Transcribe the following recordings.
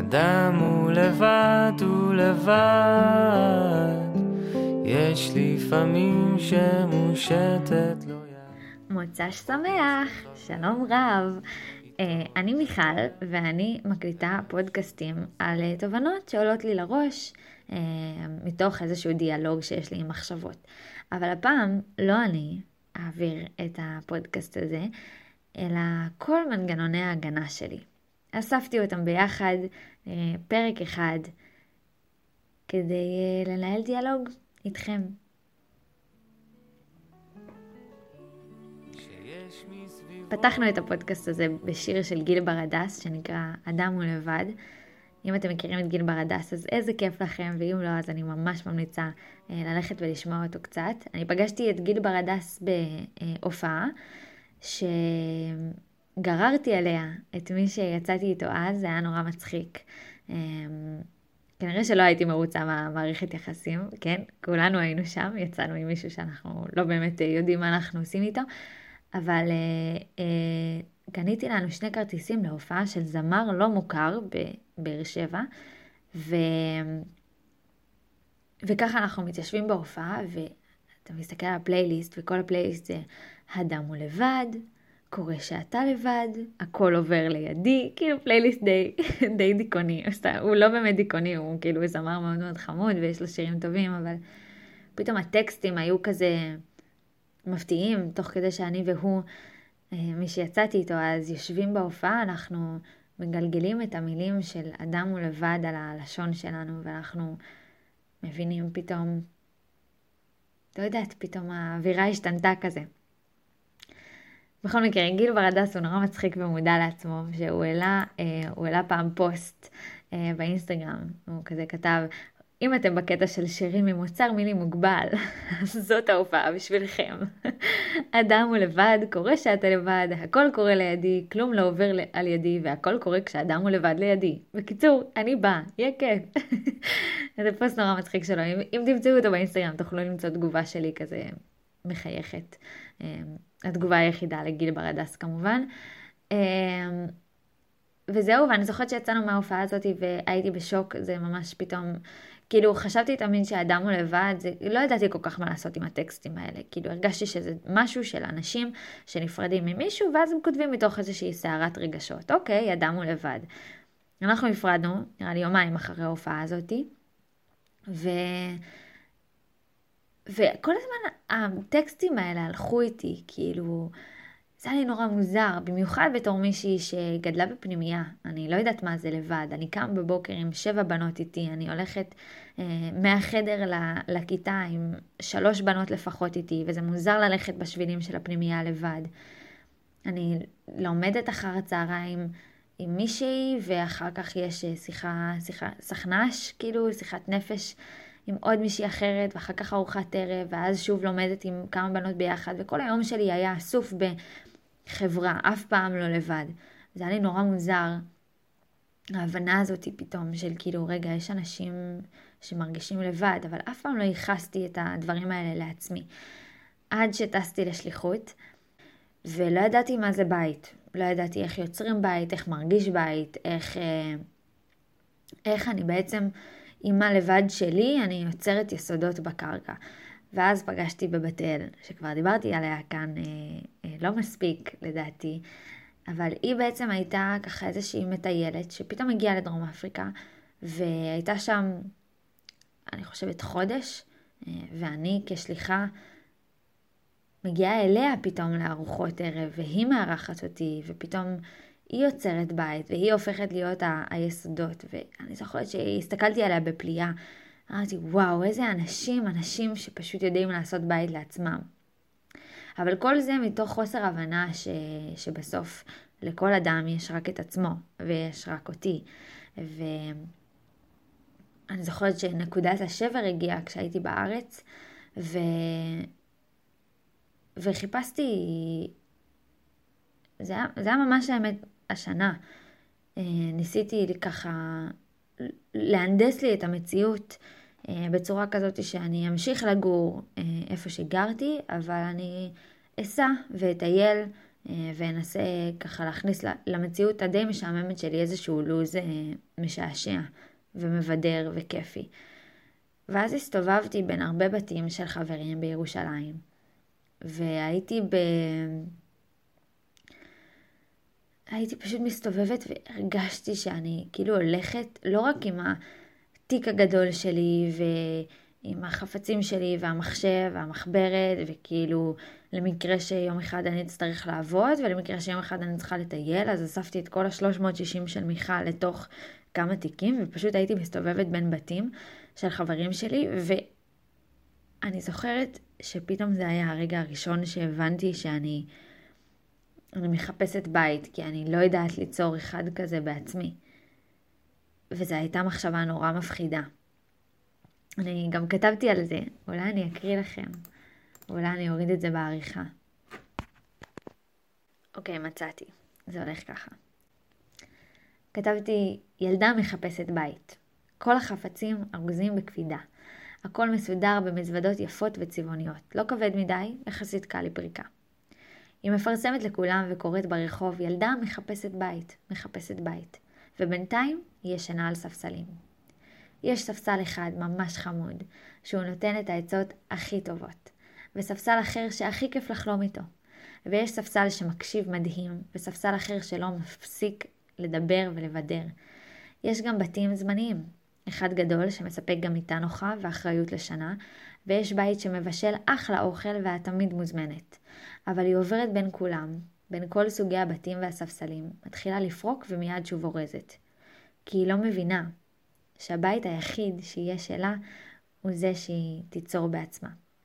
אדם הוא לבד, יש לפעמים שמושטת לו יד. מוצ"ש שמח, שלום רב. אני מיכל ואני מקליטה פודקאסטים על תובנות שעולות לי לראש מתוך איזשהו דיאלוג שיש לי עם מחשבות. אבל הפעם לא אני אעביר את הפודקאסט הזה, אלא כל מנגנוני ההגנה שלי. אספתי אותם ביחד, פרק אחד, כדי לנהל דיאלוג איתכם. פתחנו את הפודקאסט הזה בשיר של גיל ברדס שנקרא אדם הוא לבד. אם אתם מכירים את גיל ברדס אז איזה כיף לכם, ואם לא אז אני ממש ממליצה ללכת ולשמוע אותו קצת. אני פגשתי את גיל ברדס בהופעה שגררתי עליה את מי שיצאתי איתו אז, זה היה נורא מצחיק. כנראה שלא הייתי מרוצה מהמערכת יחסים, כן? כולנו היינו שם, יצאנו עם מישהו שאנחנו לא באמת יודעים מה אנחנו עושים איתו, אבל קניתי לנו 2 כרטיסים להופעה של זמר לא מוכר בבאר שבע, וככה אנחנו מתיישבים בהופעה, ואתה מסתכל על הפלייליסט, וכל הפלייליסט זה אדם הוא לבד, קורה שאתה לבד, הכל עובר לידי, כאילו פלייליסט די דיכאוני. הוא לא באמת דיכאוני, הוא כאילו זמר מאוד מאוד חמוד ויש לו שירים טובים, אבל פתאום הטקסטים היו כזה מפתיעים, תוך כדי שאני והוא, מי שיצאתי איתו אז, יושבים בהופעה, אנחנו מגלגלים את המילים של אדם הוא לבד על הלשון שלנו, ואנחנו מבינים פתאום, לא יודעת, פתאום האווירה השתנתה כזה. בכל מקרה, גיל ברדס הוא נורא מצחיק ומודע לעצמו, שהוא העלה פעם פוסט באינסטגרם, הוא כזה כתב, אם אתם בקטע של שירים עם אוצר מילים מוגבל, אז זאת ההופעה בשבילכם. אדם הוא לבד, קורה שאתה לבד, הכל קורה לידי, כלום לא עובר על ידי, והכל קורה כשאדם הוא לבד לידי. בקיצור, אני באה, יהיה כיף. זה פוסט נורא מצחיק שלו. אם תמצאו אותו באינסטגרם, תוכלו למצוא תגובה שלי כזה מחייכת. התגובה היחידה לגיל ברדס כמובן. וזהו, ואני זוכרת שיצאנו מההופעה הזאת והייתי בשוק, זה ממש פתאום, כאילו חשבתי תמיד שהאדם הוא לבד, לא ידעתי כל כך מה לעשות עם הטקסטים האלה, כאילו הרגשתי שזה משהו של אנשים שנפרדים ממישהו, ואז הם כותבים מתוך איזושהי סערת רגשות, אוקיי, אדם הוא לבד. אנחנו נפרדנו, נראה לי יומיים אחרי ההופעה הזאת, וכל הזמן הטקסטים האלה הלכו איתי, כאילו, זה היה לי נורא מוזר, במיוחד בתור מישהי שגדלה בפנימייה. אני לא יודעת מה זה לבד, אני קם בבוקר עם 7 בנות איתי, אני הולכת מהחדר לכיתה עם 3 בנות לפחות איתי, וזה מוזר ללכת בשבילים של הפנימייה לבד. אני לומדת אחר הצהריים עם מישהי, ואחר כך יש סכנש, כאילו שיחת נפש, עם עוד מישהי אחרת, ואחר כך ארוחת ערב, ואז שוב לומדת עם כמה בנות ביחד, וכל היום שלי היה אסוף בחברה, אף פעם לא לבד. זה היה לי נורא מוזר, ההבנה הזאת פתאום של כאילו, רגע, יש אנשים שמרגישים לבד, אבל אף פעם לא ייחסתי את הדברים האלה לעצמי. עד שטסתי לשליחות, ולא ידעתי מה זה בית. לא ידעתי איך יוצרים בית, איך מרגיש בית, איך אני בעצם אימא לבד שלי, אני יוצרת יסודות בקרקע. ואז פגשתי בבת אל, שכבר דיברתי עליה כאן לא מספיק לדעתי, אבל היא בעצם הייתה ככה איזושהי מטיילת שפתאום הגיעה לדרום אפריקה, והייתה שם, אני חושבת, חודש, ואני כשליחה מגיעה אליה פתאום לארוחות ערב, והיא מארחת אותי, ופתאום היא יוצרת בית, והיא הופכת להיות היסודות, ואני זוכרת שהסתכלתי עליה בפליאה, אמרתי, וואו, איזה אנשים שפשוט יודעים לעשות בית לעצמם. אבל כל זה מתוך חוסר הבנה שבסוף לכל אדם יש רק את עצמו, ויש רק אותי. ואני זוכרת שנקודת השבר הגיעה כשהייתי בארץ, וחיפשתי, זה היה ממש האמת השנה. ניסיתי ככה להנדס לי את המציאות בצורה כזאת שאני אמשיך לגור איפה שגרתי, אבל אני אסע ואטייל ואנסה ככה להכניס למציאות הדי משעממת שלי איזשהו לוז משעשע ומבדר וכיפי. ואז הסתובבתי בין הרבה בתים של חברים בירושלים, והייתי הייתי פשוט מסתובבת והרגשתי שאני כאילו הולכת לא רק עם התיק הגדול שלי ועם החפצים שלי והמחשב והמחברת, וכאילו למקרה שיום אחד אני אצטרך לעבוד ולמקרה שיום אחד אני צריכה לטייל, אז אספתי את כל 360 של מיכל לתוך כמה תיקים, ופשוט הייתי מסתובבת בין בתים של חברים שלי. ואני זוכרת שפתאום זה היה הרגע הראשון שהבנתי שאני מחפשת בית, כי אני לא יודעת ליצור אחד כזה בעצמי. וזו הייתה מחשבה נורא מפחידה. אני גם כתבתי על זה, אולי אני אקריא לכם, אולי אני אוריד את זה בעריכה. אוקיי, מצאתי. זה הולך ככה. כתבתי, ילדה מחפשת בית. כל החפצים ארוזים בקפידה. הכל מסודר במזוודות יפות וצבעוניות. לא כבד מדי, יחסית קל לפריקה. היא מפרסמת לכולם וקוראת ברחוב, ילדה מחפשת בית. ובינתיים היא ישנה על ספסלים. יש ספסל אחד ממש חמוד, שהוא נותן את העצות הכי טובות. וספסל אחר שהכי כיף לחלום איתו. ויש ספסל שמקשיב מדהים, וספסל אחר שלא מפסיק לדבר ולבדר. יש גם בתים זמניים. אחד גדול שמספק גם מיטה נוחה ואחריות לשנה, ויש בית שמבשל אחלה אוכל ואת תמיד מוזמנת. אבל היא עוברת בין כולם, בין כל סוגי הבתים והספסלים, מתחילה לפרוק ומיד שוב אורזת. כי היא לא מבינה שהבית היחיד שיהיה שלה הוא זה שהיא תיצור בעצמה.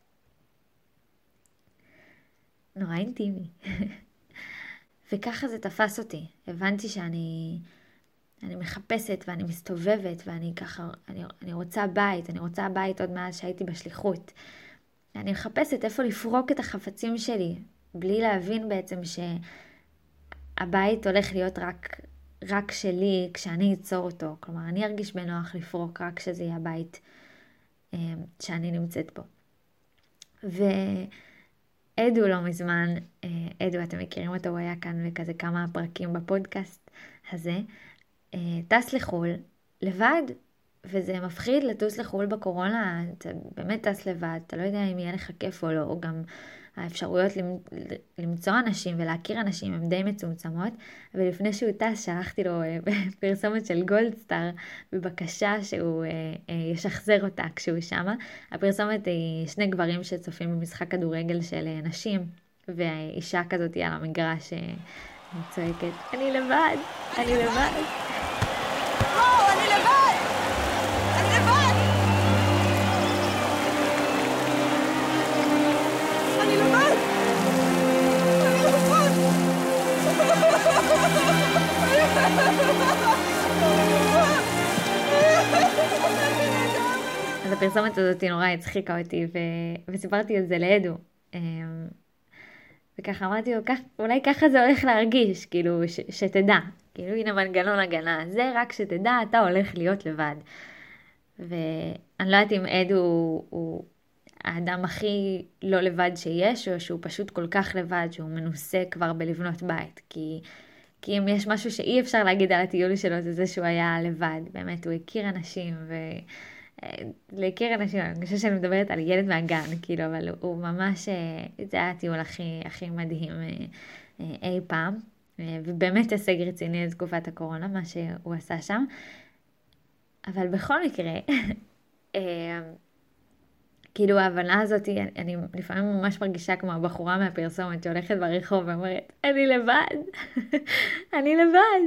נורא אינטימי. וככה זה תפס אותי. הבנתי שאני מחפשת ואני מסתובבת ואני ככה, אני רוצה בית עוד מאז שהייתי בשליחות. אני מחפשת איפה לפרוק את החפצים שלי, בלי להבין בעצם שהבית הולך להיות רק שלי כשאני אצור אותו. כלומר, אני ארגיש בנוח לפרוק רק כשזה יהיה הבית שאני נמצאת בו. ועדו לא מזמן, עדו אתם מכירים אותו, הוא היה כאן וכזה כמה פרקים בפודקאסט הזה, טס לחול לבד, וזה מפחיד לטוס לחול בקורונה, אתה באמת טס לבד, אתה לא יודע אם יהיה לך כיף או לא, או גם האפשרויות למצוא אנשים ולהכיר אנשים הם די מצומצמות, ולפני שהוא טס שלחתי לו פרסומת של גולדסטאר בבקשה שהוא ישחזר אותה כשהוא שמה. הפרסומת היא שני גברים שצופים במשחק כדורגל של נשים, והאישה כזאת היא על המגרש צועקת, אני לבד. אז הפרסומת הזאת נורא הצחיקה אותי, וסיפרתי על זה לעדו. וככה אמרתי לו, אולי ככה זה הולך להרגיש, כאילו שתדע. כאילו הנה מנגנון הגנה, זה רק שתדע, אתה הולך להיות לבד. ואני לא יודעת אם עדו הוא האדם הכי לא לבד שיש, או שהוא פשוט כל כך לבד, שהוא מנוסה כבר בלבנות בית. כי אם יש משהו שאי אפשר להגיד על הטיול שלו, זה שהוא היה לבד. באמת, הוא הכיר אנשים, להכיר אנשים, אני חושבת שאני מדברת על ילד מהגן, כאילו, אבל הוא ממש, זה היה הטיול הכי מדהים אי פעם. ובאמת הישג רציני לתקופת הקורונה, מה שהוא עשה שם. אבל בכל מקרה, כאילו ההבנה הזאת, אני לפעמים ממש מרגישה כמו הבחורה מהפרסומת שהולכת ברחוב ואומרת, אני לבד.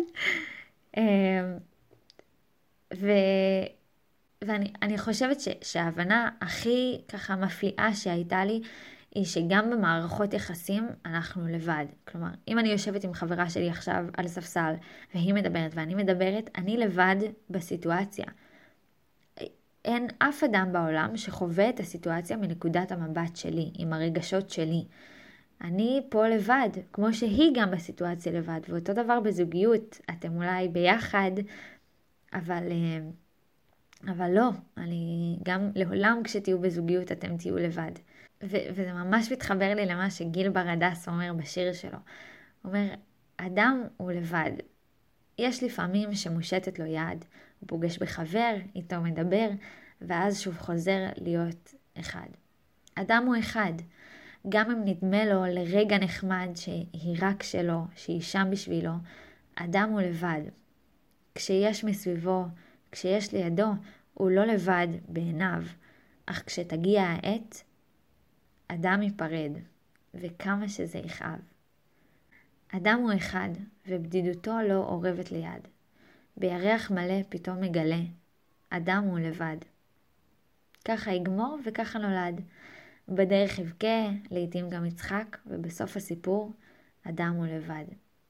ואני חושבת שההבנה הכי ככה מפליאה שהייתה לי, היא שגם במערכות יחסים אנחנו לבד. כלומר, אם אני יושבת עם חברה שלי עכשיו על ספסל, והיא מדברת ואני מדברת, אני לבד בסיטואציה. אין אף אדם בעולם שחווה את הסיטואציה מנקודת המבט שלי, עם הרגשות שלי. אני פה לבד, כמו שהיא גם בסיטואציה לבד, ואותו דבר בזוגיות, אתם אולי ביחד, אבל לא, גם לעולם כשתהיו בזוגיות אתם תהיו לבד. וזה ממש מתחבר לי למה שגיל ברדס אומר בשיר שלו. אומר, אדם הוא לבד. יש לפעמים שמושטת לו יד, הוא פוגש בחבר, איתו מדבר, ואז שוב חוזר להיות אחד. אדם הוא אחד. גם אם נדמה לו לרגע נחמד שהיא רק שלו, שהיא שם בשבילו, אדם הוא לבד. כשיש מסביבו, כשיש לידו, הוא לא לבד בעיניו, אך כשתגיע העת, אדם ייפרד, וכמה שזה יכאב. אדם הוא אחד, ובדידותו לא עורבת ליד. בירח מלא פתאום מגלה, אדם הוא לבד. ככה יגמור וככה נולד. בדרך יבכה, לעתים גם יצחק, ובסוף הסיפור, אדם הוא לבד.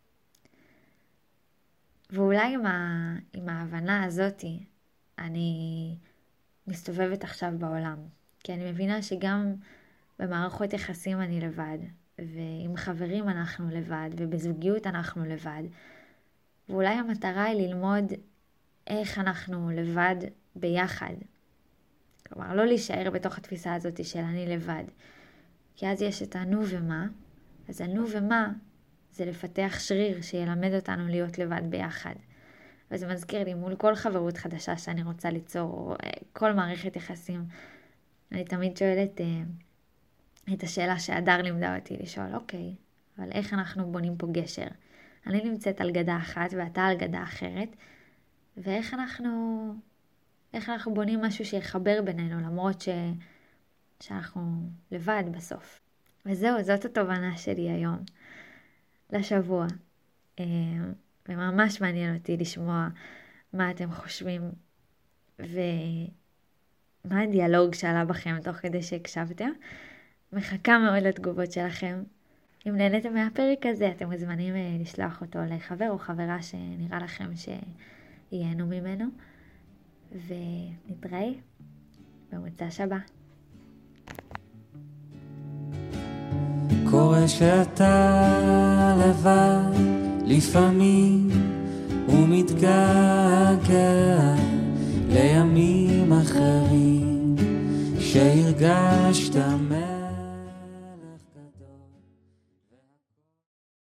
ואולי עם ההבנה הזאת, אני מסתובבת עכשיו בעולם. כי אני מבינה שגם במערכות יחסים אני לבד, ועם חברים אנחנו לבד, ובזוגיות אנחנו לבד. ואולי המטרה היא ללמוד איך אנחנו לבד ביחד. כלומר, לא להישאר בתוך התפיסה הזאת של אני לבד. כי אז יש את הנו ומה. אז הנו ומה זה לפתח שריר שילמד אותנו להיות לבד ביחד. וזה מזכיר לי מול כל חברות חדשה שאני רוצה ליצור, או כל מערכת יחסים. אני תמיד שואלת את השאלה שהדר לימדה אותי לשאול, אוקיי, אבל איך אנחנו בונים פה גשר? אני נמצאת על גדה אחת ואתה על גדה אחרת, ואיך אנחנו בונים משהו שיחבר בינינו, למרות שאנחנו לבד בסוף. וזהו, זאת התובנה שלי היום, לשבוע. וממש מעניין אותי לשמוע מה אתם חושבים, ומה הדיאלוג שעלה בכם תוך כדי שהקשבתם. מחכה מאוד לתגובות שלכם. אם נהניתם מהפרק הזה, אתם מוזמנים לשלוח אותו לחבר או חברה שנראה לכם שיהנו ממנו. ונתראה במוצא הבא. קורה שאתה לבד, לפעמים הוא מתגעגע לימים אחרים שהרגשת